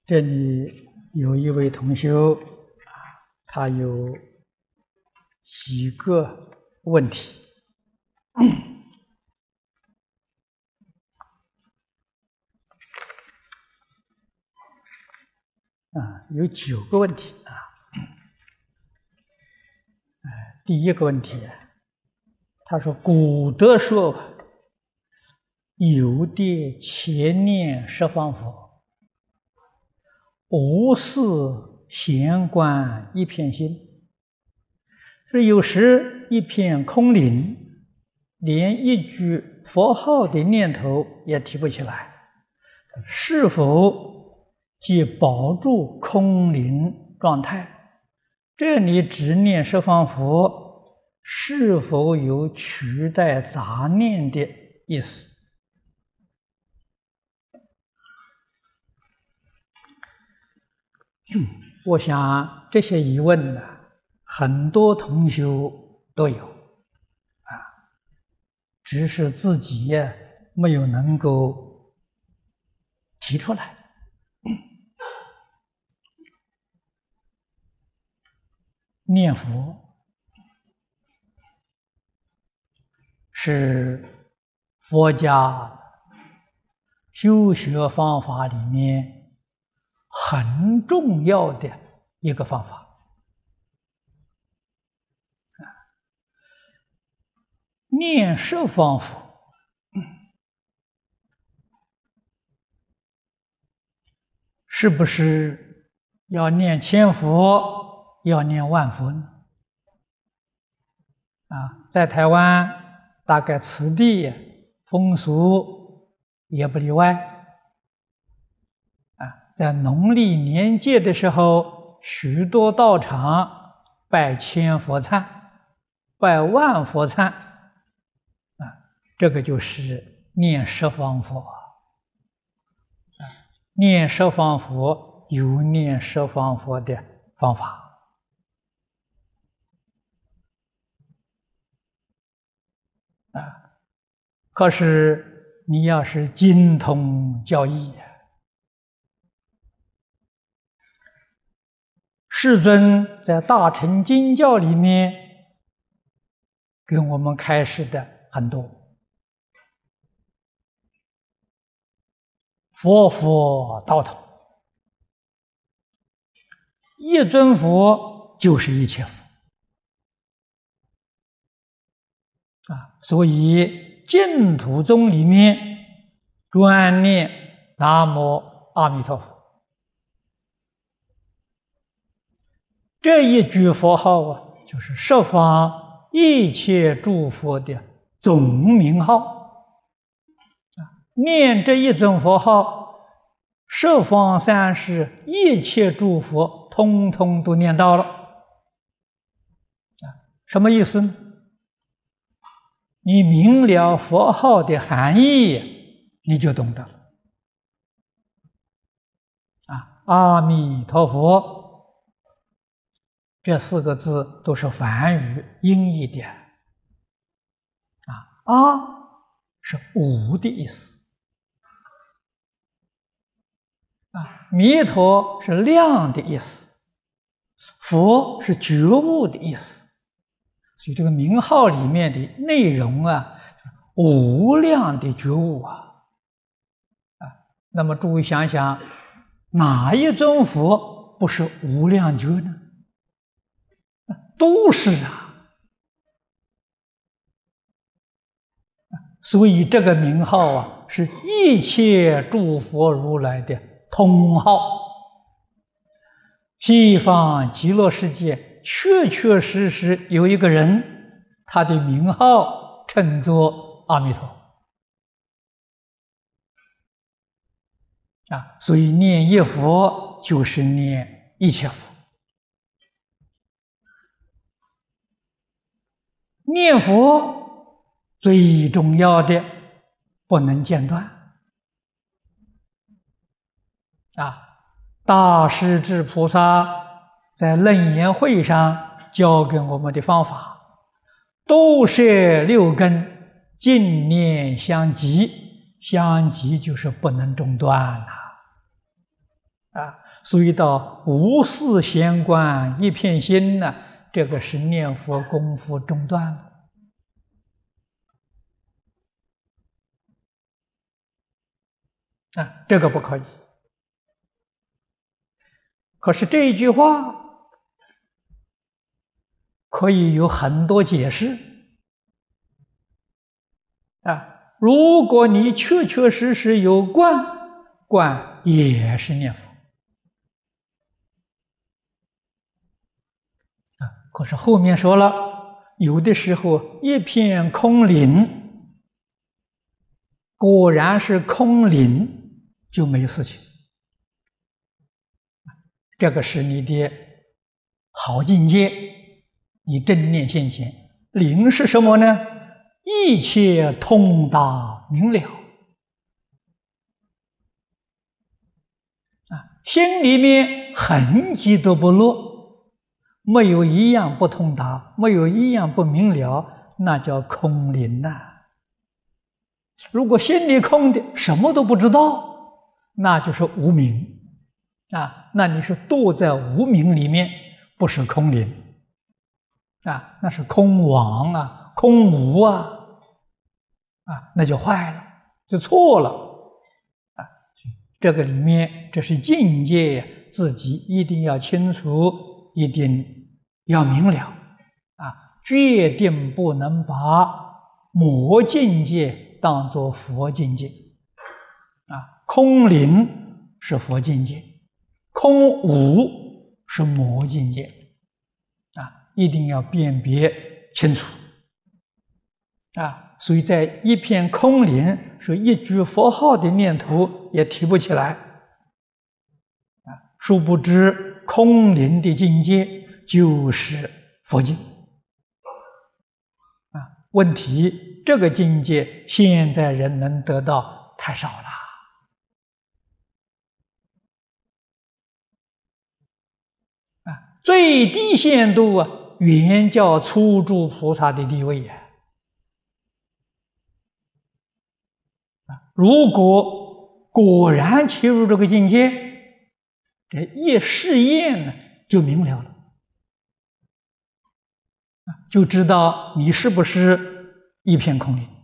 这里有一位同修啊，他有几个问题。有9个问题啊。第一个问题，他说：“古德说，有的前念十方佛，无事闲观一片心。说有时一片空灵，连一句佛号的念头也提不起来，是否即保住空灵状态？这里只念十方佛，是否有取代杂念的意思？”我想这些疑问呢，很多同修都有只是自己没有能够提出来。念佛是佛家修学方法里面很重要的一个方法。念十方佛是不是要念千佛，要念万佛呢？在台湾大概此地风俗也不例外。在农历年节的时候，许多道场拜千佛忏，拜万佛忏，这个就是念十方佛。念十方佛有念十方佛的方法。可是你要是精通教义，世尊在大乘经教里面给我们开示的很多，佛佛道统，一尊佛就是一切佛所以净土宗里面专念南无阿弥陀佛，这一句佛号就是十方一切诸佛的总名号。念这一尊佛号，十方三世一切诸佛通通都念到了。什么意思呢？你明了佛号的含义，你就懂得了。阿弥陀佛这4个字都是梵语音译的。阿是无的意思，弥陀是量的意思，佛是觉悟的意思。所以这个名号里面的内容无量的觉悟那么诸位想想，哪一尊佛不是无量觉呢？都是所以这个名号是一切诸佛如来的通号。西方极乐世界确确实实有一个人，他的名号称作阿弥陀所以念一佛就是念一切佛。念佛最重要的不能间断大势至菩萨在楞严会上教给我们的方法，都摄6根，净念相继，相继就是不能中断所以到无事闲观一片心呢，这个是念佛功夫中断了。这个不可以。可是这一句话可以有很多解释如果你确确实实有观，观也是念佛可是后面说了，有的时候一片空灵，果然是空灵，就没有事情。这个是你的好境界，你正念现前。灵是什么呢？一切通达明了心里面痕迹都不落，没有一样不通达，没有一样不明了，那叫空灵如果心里空的，什么都不知道，那就是无明那你是堕在无明里面，不是空灵那是空妄空无那就坏了，就错了这个里面，这是境界，自己一定要清楚，一定要明了决定不能把魔境界当作佛境界空灵是佛境界，空无是魔境界一定要辨别清楚所以在一片空灵，说一句佛号的念头也提不起来殊不知空灵的境界就是佛境问题这个境界现在人能得到太少了最低限度原教初住菩萨的地位如果果然切入这个境界，这一试验呢就明了了就知道你是不是一片空灵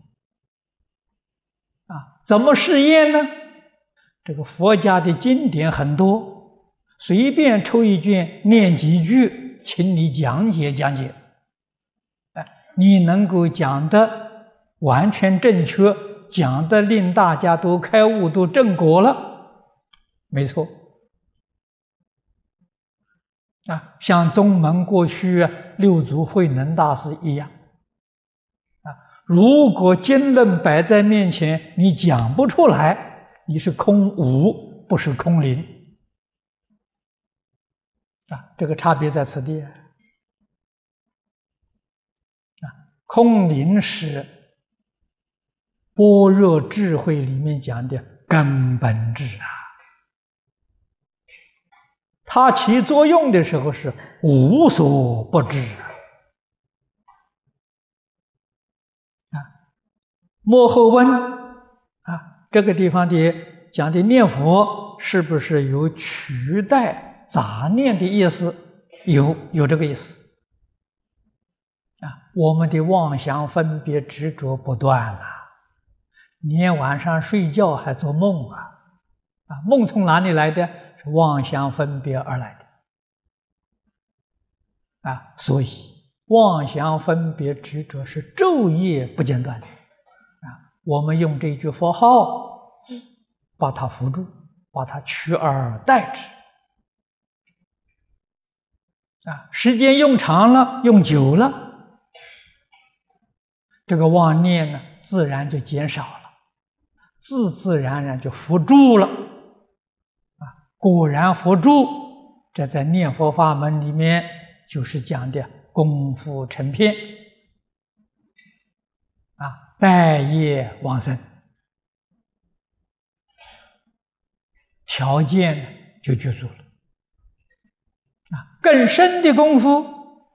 怎么试验呢？这个佛家的经典很多，随便抽一卷念几句，请你讲解讲解你能够讲得完全正确，讲得令大家都开悟都正果了，没错像宗门过去六祖慧能大师一样如果经论摆在面前，你讲不出来，你是空无，不是空灵这个差别在此地空灵是般若智慧里面讲的根本智它起作用的时候是无所不知末后问这个地方的讲的念佛是不是有取代杂念的意思？有这个意思我们的妄想分别执着不断连晚上睡觉还做梦梦从哪里来的？是妄想分别而来的所以妄想分别执着是昼夜不间断的我们用这句佛号把它扶住，把它取而代之时间用长了，用久了，这个妄念呢自然就减少了，自自然然就扶住了果然扶住，这在念佛法门里面就是讲的功夫成片待业往生，条件就具足了更深的功夫，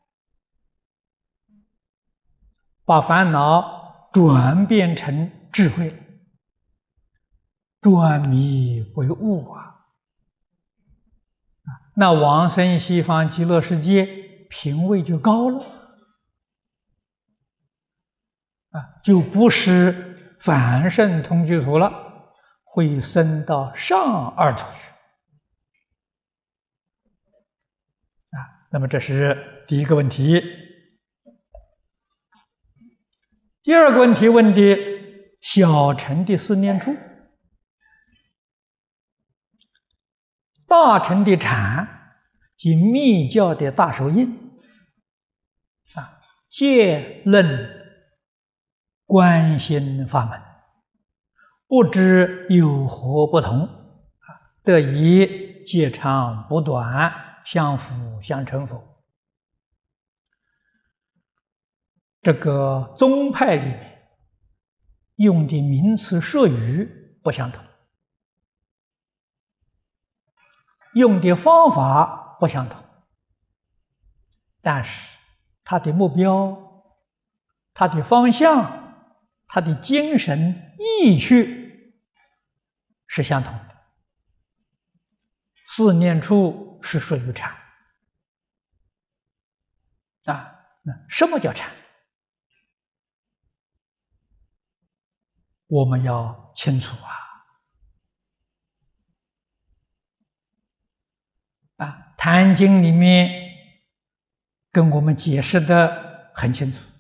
把烦恼转变成智慧，转迷为悟那往生西方极乐世界品位就高了就不是凡圣同居土了，会升到上二土去那么这是第一个问题。第二个问题问的小乘的四念处，大乘的禅及密教的大手印戒论观心法门，不知有何不同得以戒长补短，相辅相成否？这个宗派里面用的名词术语不相同，用的方法不相同，但是它的目标、它的方向、它的精神意趣是相同的。四念处是属于禅那什么叫禅？我们要清楚坛经里面跟我们解释的很清楚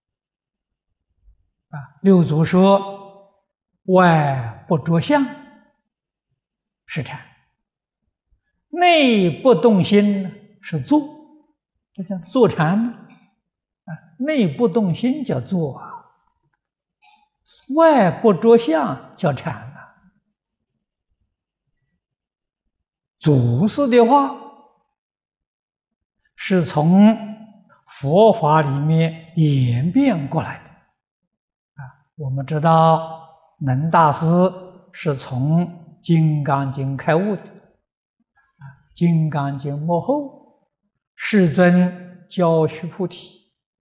六祖说外不着相是禅，内不动心是坐，就像坐禅呢内不动心叫坐外不着相叫禅祖师的话是从佛法里面演变过来的我们知道能大师是从《金刚经》开悟的金刚经》末后世尊教须菩提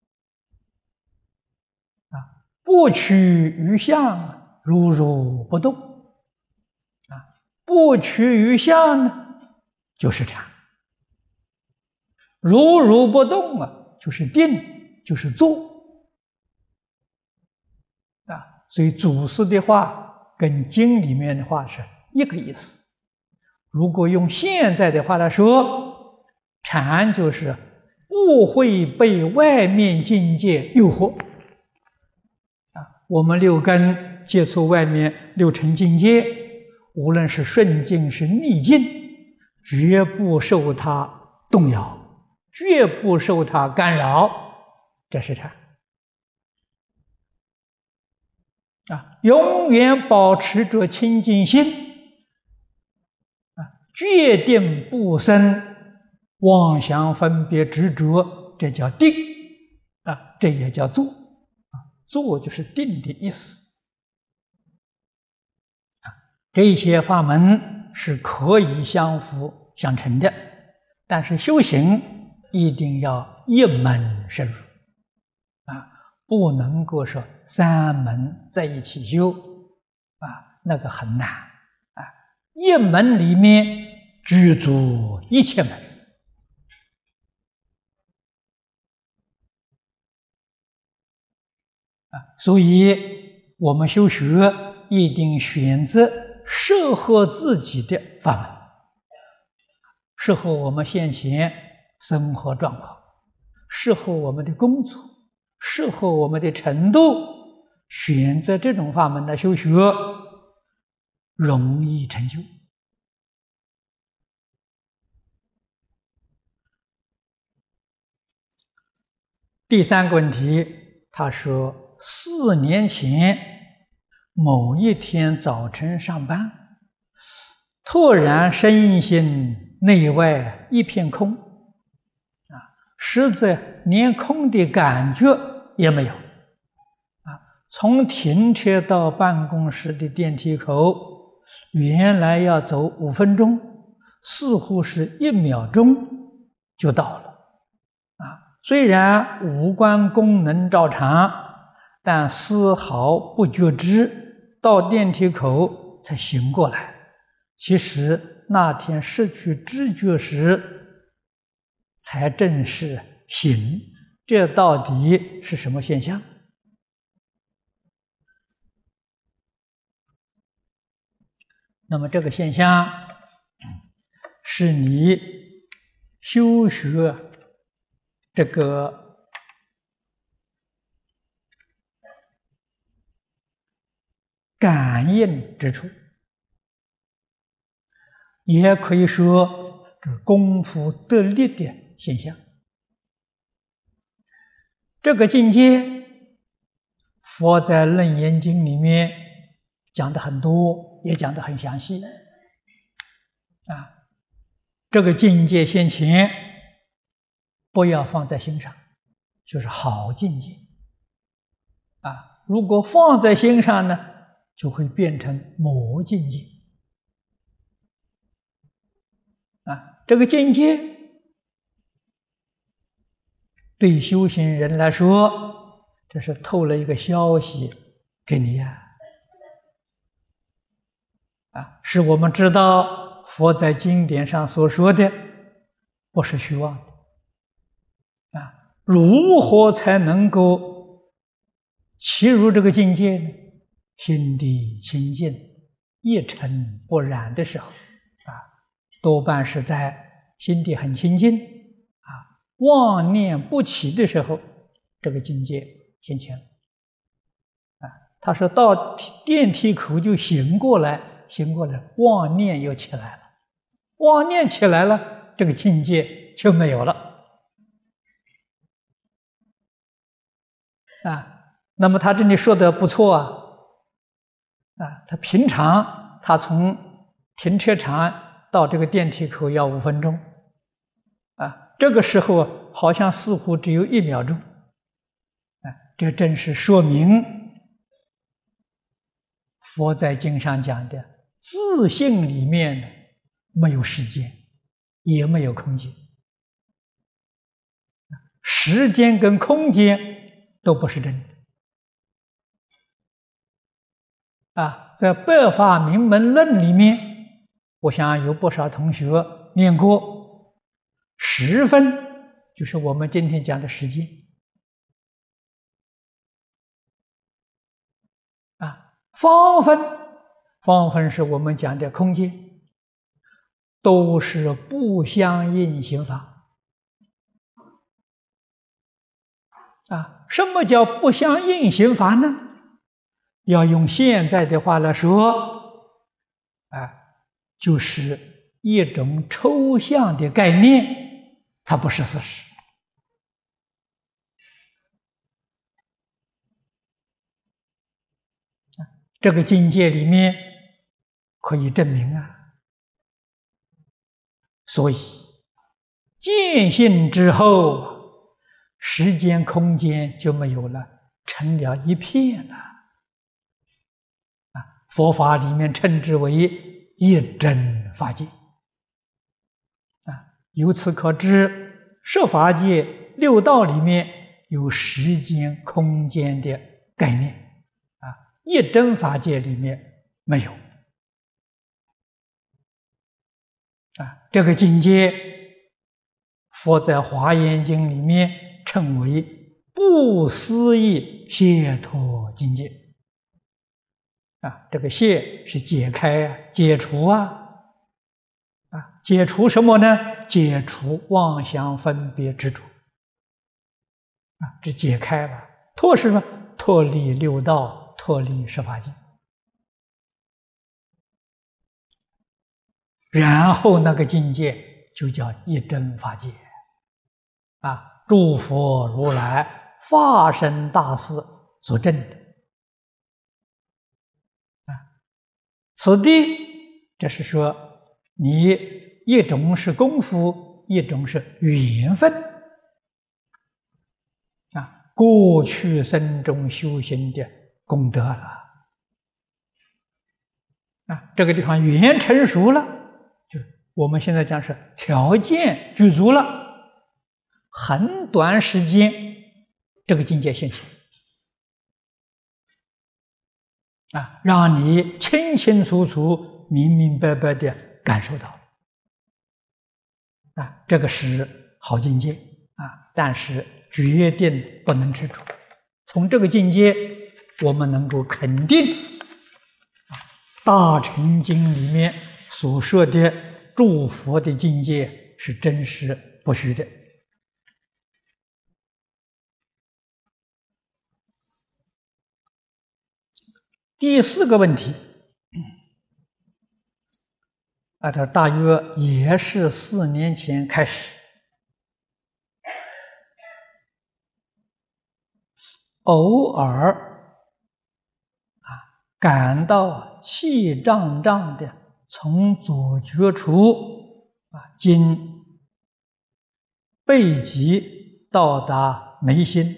不取于相，如如不动不取于相呢就是禅，如如不动就是定，就是坐所以祖师的话跟经里面的话是一个意思。如果用现在的话来说，禅就是不会被外面境界诱惑我们六根接触外面六尘境界，无论是顺境是逆境，绝不受它动摇，绝不受它干扰，这是禅永远保持着清净心决定不生妄想分别执着，这叫定这也叫坐坐就是定的意思这些法门是可以相辅相成的，但是修行一定要一门深入不能够说三门在一起修那个很难一门里面具足一切门所以我们修学一定选择适合自己的法门，适合我们现前生活状况，适合我们的工作，适合我们的程度，选择这种法门来修学容易成就第三个问题他说4年前某一天早晨上班，突然身心内外一片空实在连空的感觉也没有从停车到办公室的电梯口原来要走5分钟，似乎是1秒钟就到了虽然五官功能照常，但丝毫不觉知，到电梯口才醒过来。其实那天失去知觉时，才正是醒。这到底是什么现象？那么这个现象是你修学这个感应之处，也可以说这功夫得力的现象。这个境界，佛在《楞严经》里面讲的很多，也讲的很详细。这个境界现前，不要放在心上，就是好境界。如果放在心上呢，就会变成魔境界。这个境界对修行人来说，这是透了一个消息给你是我们知道佛在经典上所说的不是虚妄的如何才能够契入这个境界呢？心地清净、一尘不染的时候多半是在心地很清净妄念不起的时候，这个境界现前了。他说到电梯口就醒过来，妄念又起来了，妄念起来了，这个境界就没有了。那么他这里说的不错他平常他从停车场到这个电梯口要5分钟这个时候好像似乎只有1秒钟这正是说明佛在经上讲的自性里面没有时间，也没有空间，时间跟空间都不是真的在《百法明门论》里面，我想有不少同学念过，10分就是我们今天讲的时间方分是我们讲的空间，都是不相应刑法什么叫不相应刑法呢？要用现在的话来说就是一种抽象的概念，它不是事实这个境界里面可以证明所以见性之后，时间空间就没有了，成了一片了佛法里面称之为一真法界由此可知，十法界六道里面有时间空间的概念一真法界里面没有这个境界佛在《华严经》里面称为不思议解脱境界这个解是解开解除解除什么呢？解除妄想分别执着这解开了。脱是什么？脱离六道，脱离十法界，然后那个境界就叫一真法界诸佛如来法身大士所证的此地这是说你一种是功夫，一种是缘分过去生中修行的功德了这个地方缘成熟了，就是我们现在讲是条件具足了，很短时间这个境界现前让你清清楚楚、明明白白的感受到这个是好境界但是决定不能执着。从这个境界，我们能够肯定大乘经里面所说的诸佛的境界是真实不虚的。第4个问题，它大约也是4年前开始，偶尔感到气胀胀的，从左觉处经背脊到达眉心，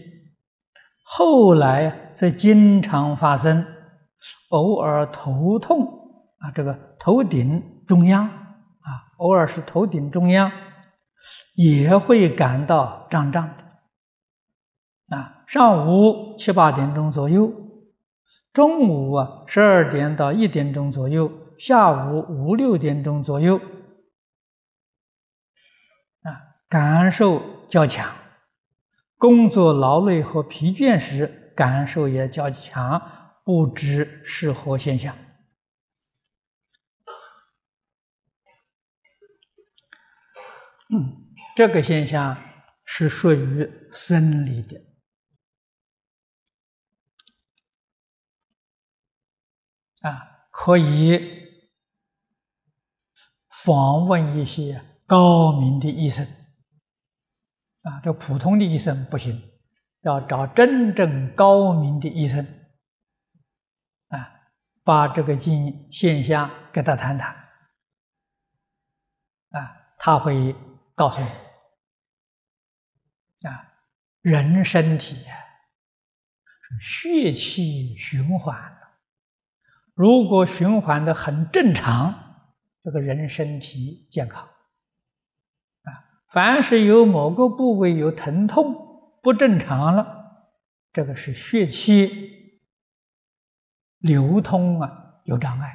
后来则经常发生偶尔头痛这个头顶中央偶尔是头顶中央也会感到胀胀的上午7、8点钟左右，中午12点到1点钟左右，下午5、6点钟左右感受较强，工作劳累和疲倦时感受也较强，不知是何现象。这个现象是属于生理的可以访问一些高明的医生这普通的医生不行，要找真正高明的医生把这个现象给他谈谈他会告诉你人身体血气循环，如果循环的很正常，这个人身体健康凡是有某个部位有疼痛不正常了，这个是血气流通有障碍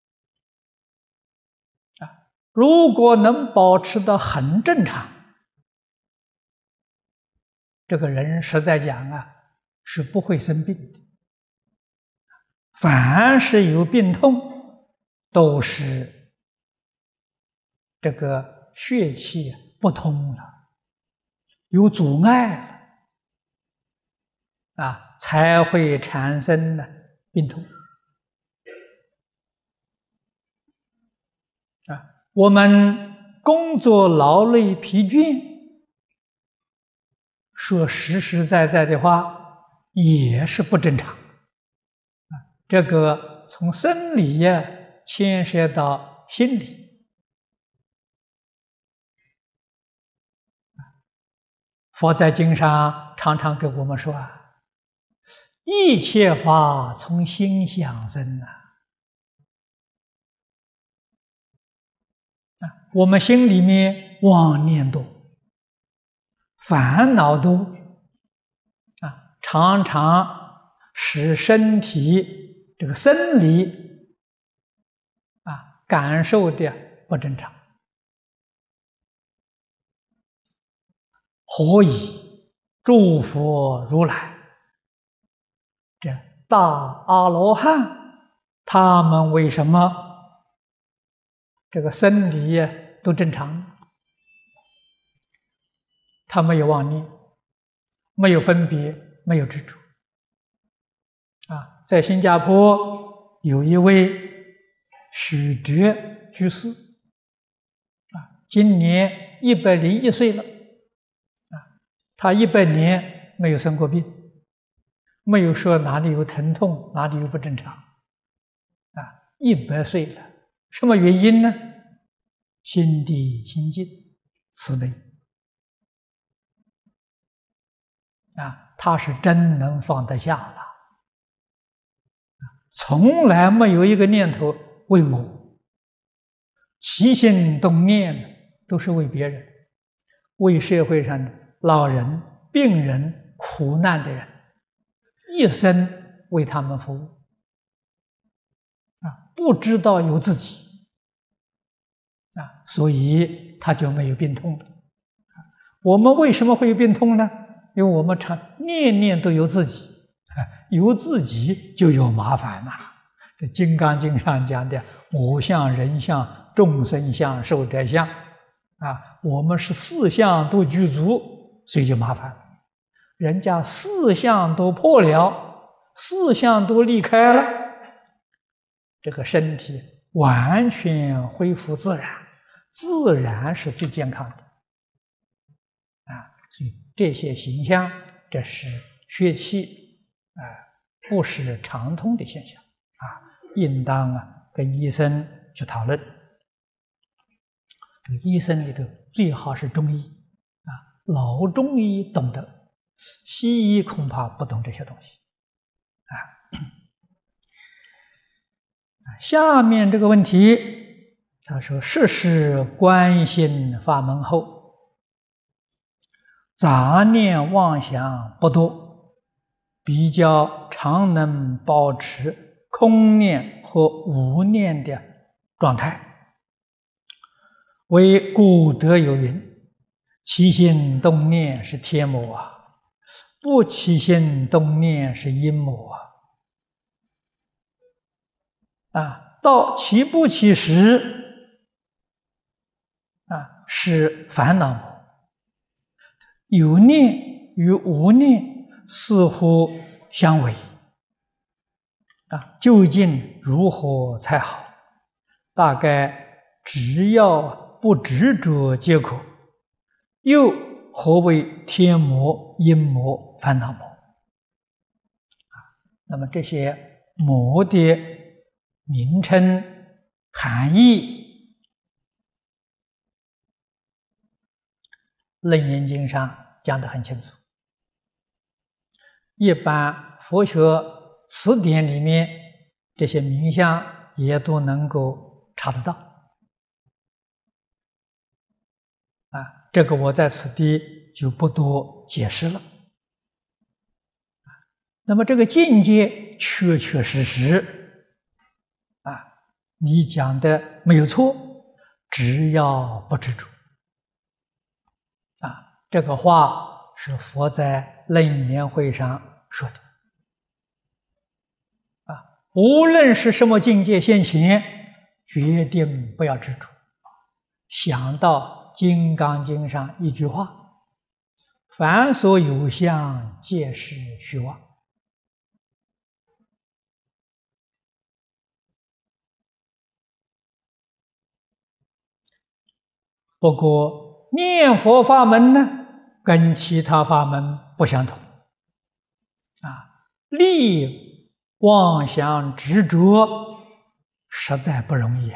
如果能保持得很正常，这个人实在讲是不会生病的。凡是有病痛，都是这个血气不通了，有阻碍了才会产生病痛我们工作劳累疲倦，说实实在在的话，也是不正常这个从生理牵涉到心理佛在经上常常跟我们说一切法从心想生我们心里面妄念多，烦恼多常常使身体这个生理感受的不正常。何以诸佛如来这大阿罗汉，他们为什么这个生理都正常？他没有妄念，没有分别，没有执着在新加坡有一位许哲居士今年101岁了他100年没有生过病，没有说哪里有疼痛，哪里有不正常100岁了，什么原因呢？心地清净，慈悲他是真能放得下了从来没有一个念头为我，起心动念都是为别人，为社会上的老人、病人、苦难的人，一生为他们服务不知道有自己所以他就没有病痛了。我们为什么会有病痛呢？因为我们念念都有自己，有自己就有麻烦呐。这《金刚经》上讲的我相、人相、众生相、寿者相我们是四相都具足，所以就麻烦了。人家四相都破了，四相都离开了，这个身体完全恢复自然，自然是最健康的所以这些形象，这是血气不是常通的现象应当跟医生去讨论。这个医生里头最好是中医老中医懂得，西医恐怕不懂这些东西下面这个问题，他说：世事观心法门后，杂念妄想不多，比较常能保持空念和无念的状态。为古德有云：起心动念是天魔不起心动念是阴魔到起不起时是烦恼魔。有念与无念似乎相违究竟如何才好？大概只要不执着即可。又何为天魔、阴魔、烦恼魔那么这些魔的名称含义，楞严经上讲得很清楚，一般佛学词典里面这些名相也都能够查得到这个我在此地就不多解释了那么这个境界确确实实你讲的没有错，只要不执着这个话是佛在楞严会上说的无论是什么境界现前，决定不要执着。想到《金刚经》上一句话：凡所有相，皆是虚妄。不过念佛法门呢，跟其他法门不相同立妄想执着实在不容易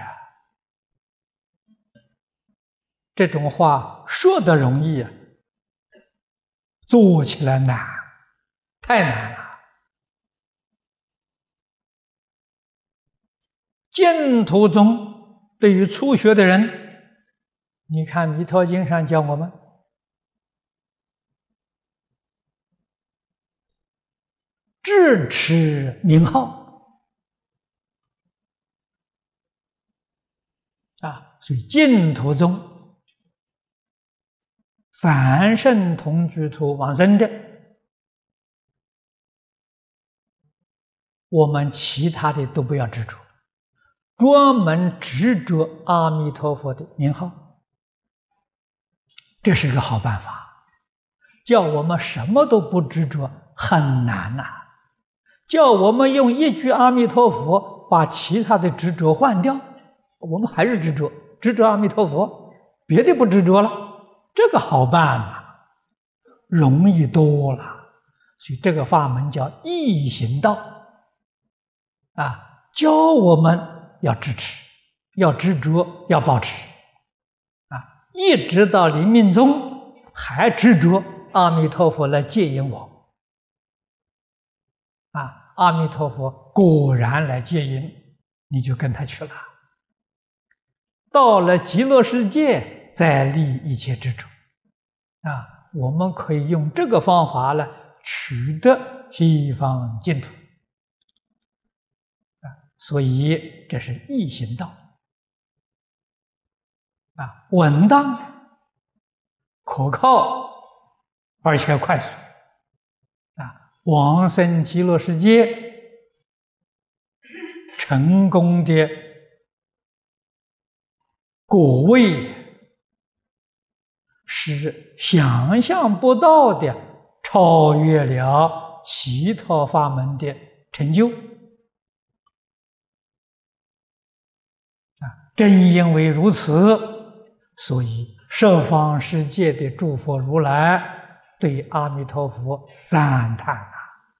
这种话说得容易做起来难，太难了。净土宗对于初学的人，你看《弥陀经》上教我们智持名号所以净土宗凡圣同居土往生的，我们其他的都不要执着，专门执着阿弥陀佛的名号，这是个好办法。叫我们什么都不执着很难叫我们用一句阿弥陀佛把其他的执着换掉，我们还是执着阿弥陀佛，别的不执着了，这个好办容易多了。所以这个法门叫易行道教我们要支持，要执着，要保持一直到临命终还执着阿弥陀佛来接引我阿弥陀佛果然来接引，你就跟他去了。到了极乐世界再立一切执着我们可以用这个方法来取得西方净土所以这是易行道稳当、可靠，而且快速。往生极乐世界成功的果位是想象不到的，超越了其他法门的成就。正因为如此，所以十方世界的诸佛如来对阿弥陀佛赞叹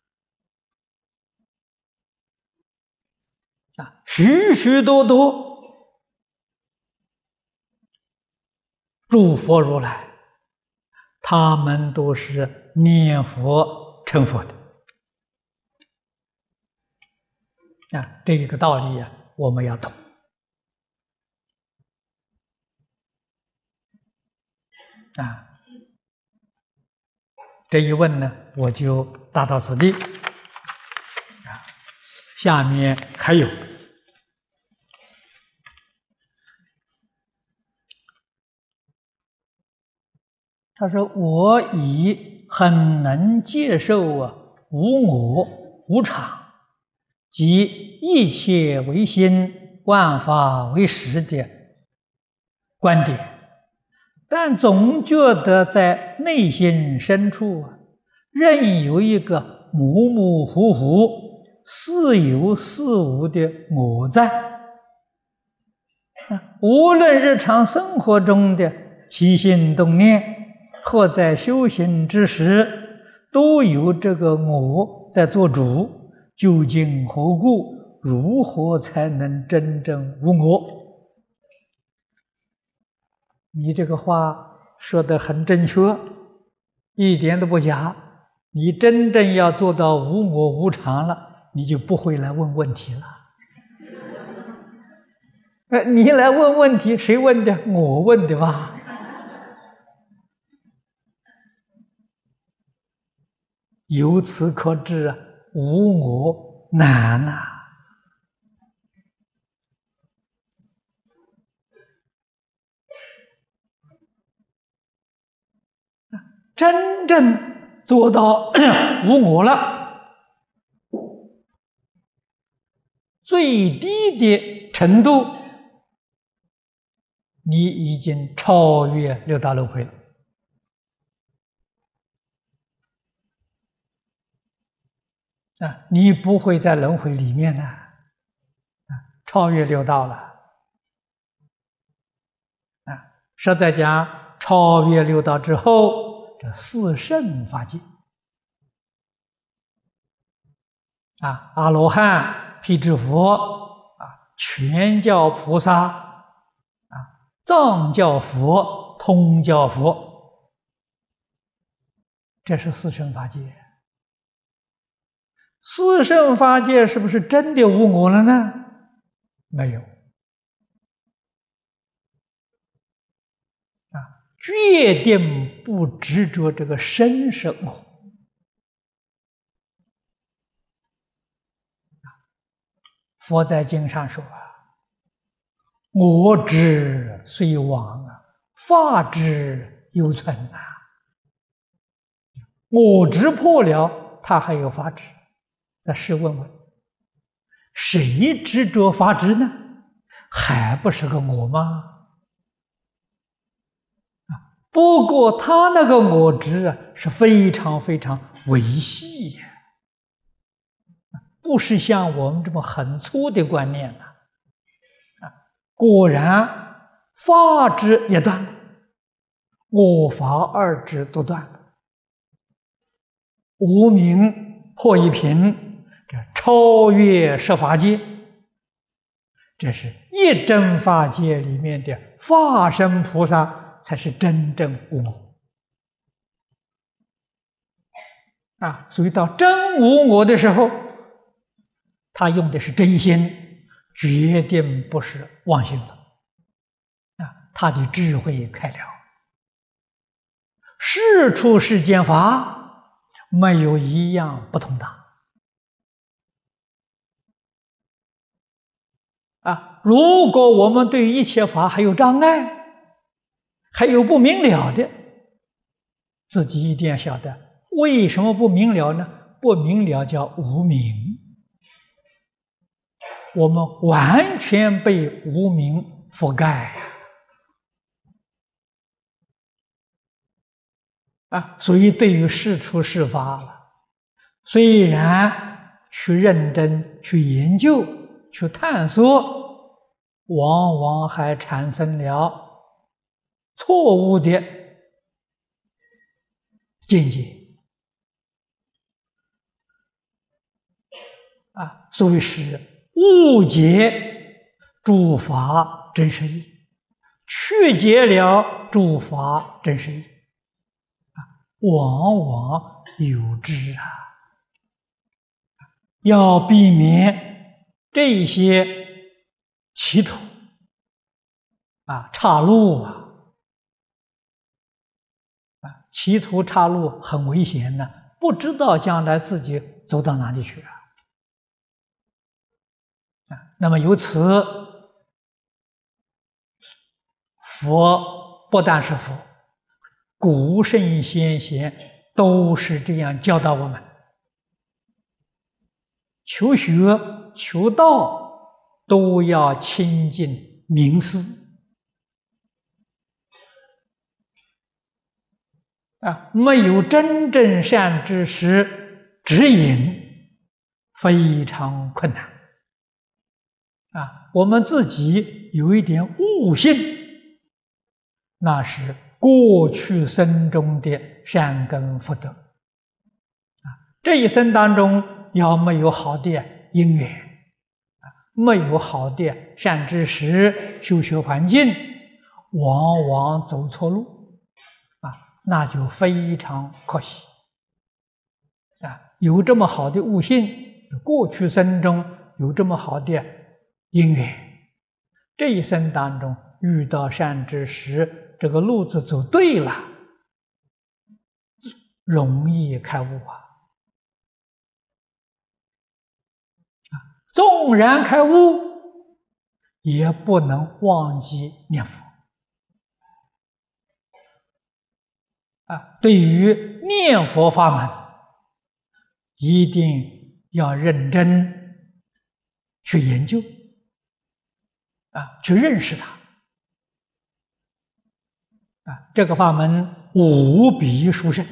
许许多多诸佛如来，他们都是念佛成佛的这一个道理我们要懂这一问呢，我就答到此地下面还有。他说：“我已很能接受无我、无常及一切唯心、万法为实的观点，但总觉得在内心深处仍有一个模模糊糊、似有似无的我在。无论日常生活中的起心动念，或在修行之时，都有这个我在做主。究竟何故？如何才能真正无我？”你这个话说得很正确，一点都不假。你真正要做到无我无常了，你就不会来问问题了。你来问问题，谁问的？我问的吧。由此可知无我难真正做到无我了，最低的程度，你已经超越六道轮回了。你不会在轮回里面超越六道了。实在讲，超越六道之后，这四圣法界阿罗汉、辟支佛全教菩萨藏教佛、通教佛，这是四圣法界。四圣法界是不是真的无我了呢？没有决定不执着这个身是我。佛在经上说我执虽亡法执犹存我执破了，他还有法执。再试问问，谁执着法执呢？还不是个我吗？不过他那个我执是非常非常微细不是像我们这么很粗的观念果然法执也断了，我法二执都断了，无明破一品，这超越十法界，这是一真法界里面的法身菩萨才是真正无我所以到真无我的时候，他用的是真心，决定不是妄心了他的智慧开了，世出世间法没有一样不通达如果我们对一切法还有障碍， 还有不明了的，自己一定要晓得，为什么不明了呢？不明了叫无明，我们完全被无明覆盖所以对于是出是法了，虽然去认真去研究去探索，往往还产生了错误的见解所谓是误解诸法真实义，曲解了诸法真实义往往有之要避免这些歧途岔路歧途岔路很危险的，不知道将来自己走到哪里去那么由此，佛不但是佛，古圣先贤都是这样教导我们：求学求道都要亲近名师没有真正善知识指引，非常困难我们自己有一点悟性，那是过去生中的善根福德这一生当中要没有好的因缘没有好的善知识修学环境，往往走错路那就非常可惜有这么好的悟性，过去生中有这么好的因缘，这一生当中遇到善知识，这个路子走对了，容易开悟纵然开悟，也不能忘记念佛对于念佛法门，一定要认真去研究去认识它这个法门无比殊胜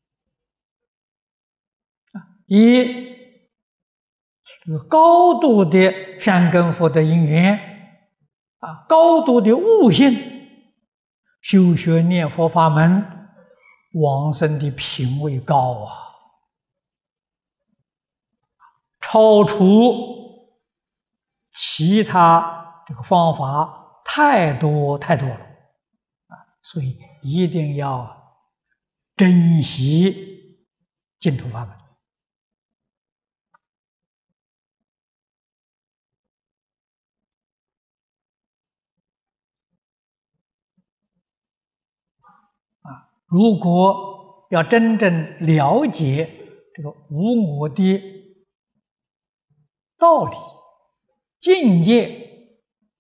以这个高度的善根福德因缘高度的悟性，修学念佛法门，往生的品位高超出其他这个方法太多太多了所以一定要珍惜净土法门如果要真正了解这个无我的道理境界，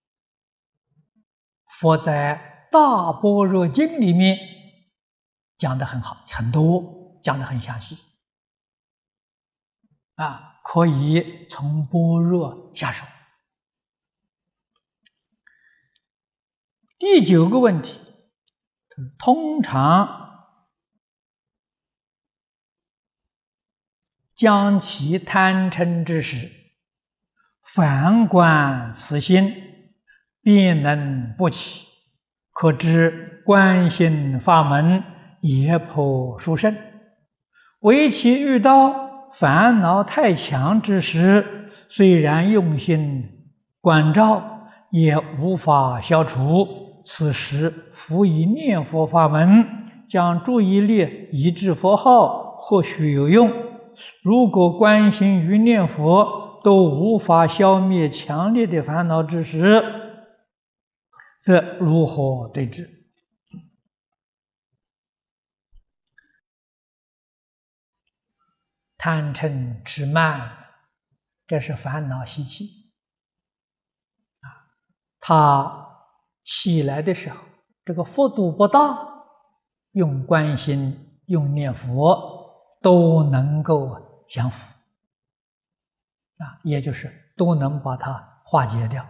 佛在《大般若经》里面讲得很好，很多，讲得很详细可以从般若下手。第9个问题，通常将其贪嗔之时，反观此心，便能不起，可知观心法门也颇殊胜。唯其遇到烦恼太强之时，虽然用心关照，也无法消除。此时辅以念佛法门，将注意力移至佛号，或许有用。如果观心与念佛都无法消灭强烈的烦恼之时，则如何对治？贪嗔痴慢，这是烦恼习气它起来的时候， 这个幅度不大，用观心、用念佛都能够降伏也就是都能把它化解掉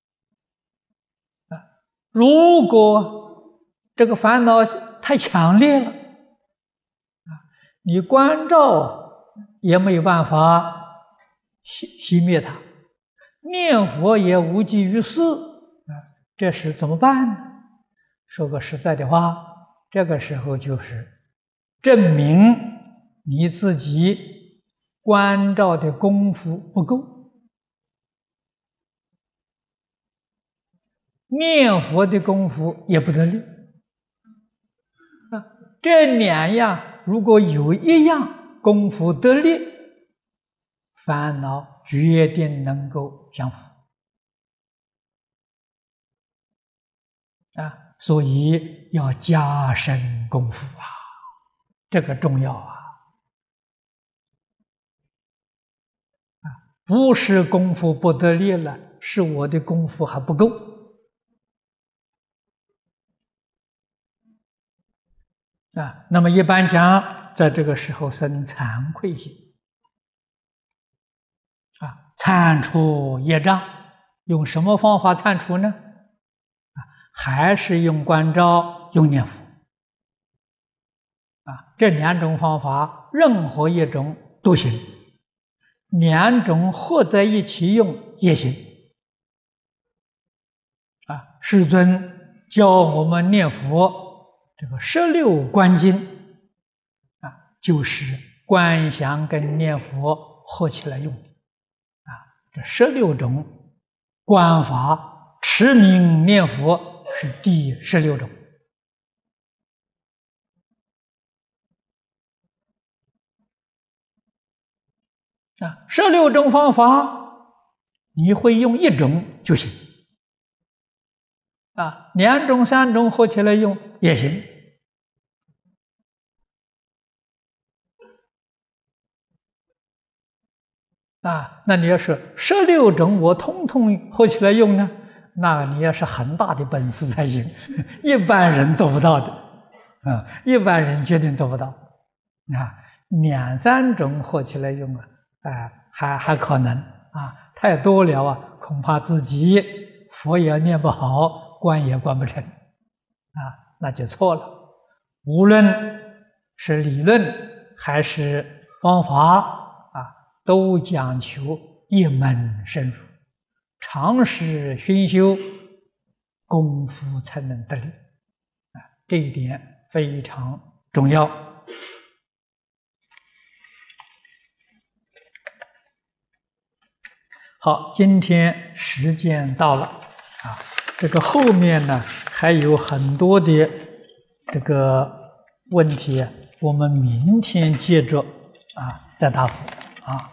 如果这个烦恼太强烈了你关照也没有办法熄灭它，念佛也无济于事这时怎么办呢？说个实在的话，这个时候就是证明你自己关照的功夫不够，念佛的功夫也不得力这两样如果有一样功夫得力，烦恼决定能够降伏所以要加深功夫这个重要不是功夫不得力了，是我的功夫还不够那么一般讲，在这个时候生惭愧心铲除业障，用什么方法铲除呢？还是用观照、用念佛这两种方法，任何一种都行，两种合在一起用也行世尊教我们念佛这个16观经就是观想跟念佛合起来用这16种观法，持名念佛是第16种16种方法你会用一种就行2种3种合起来用也行那你要是16种我统统合起来用呢，那你要是很大的本事才行一般人做不到的一般人绝对做不到2、3种合起来用还可能太多了恐怕自己佛也念不好，观也观不成那就错了。无论是理论还是方法都讲求一门深入，长时熏修，功夫才能得力这一点非常重要。好，今天时间到了这个后面呢还有很多的这个问题我们明天接着再答复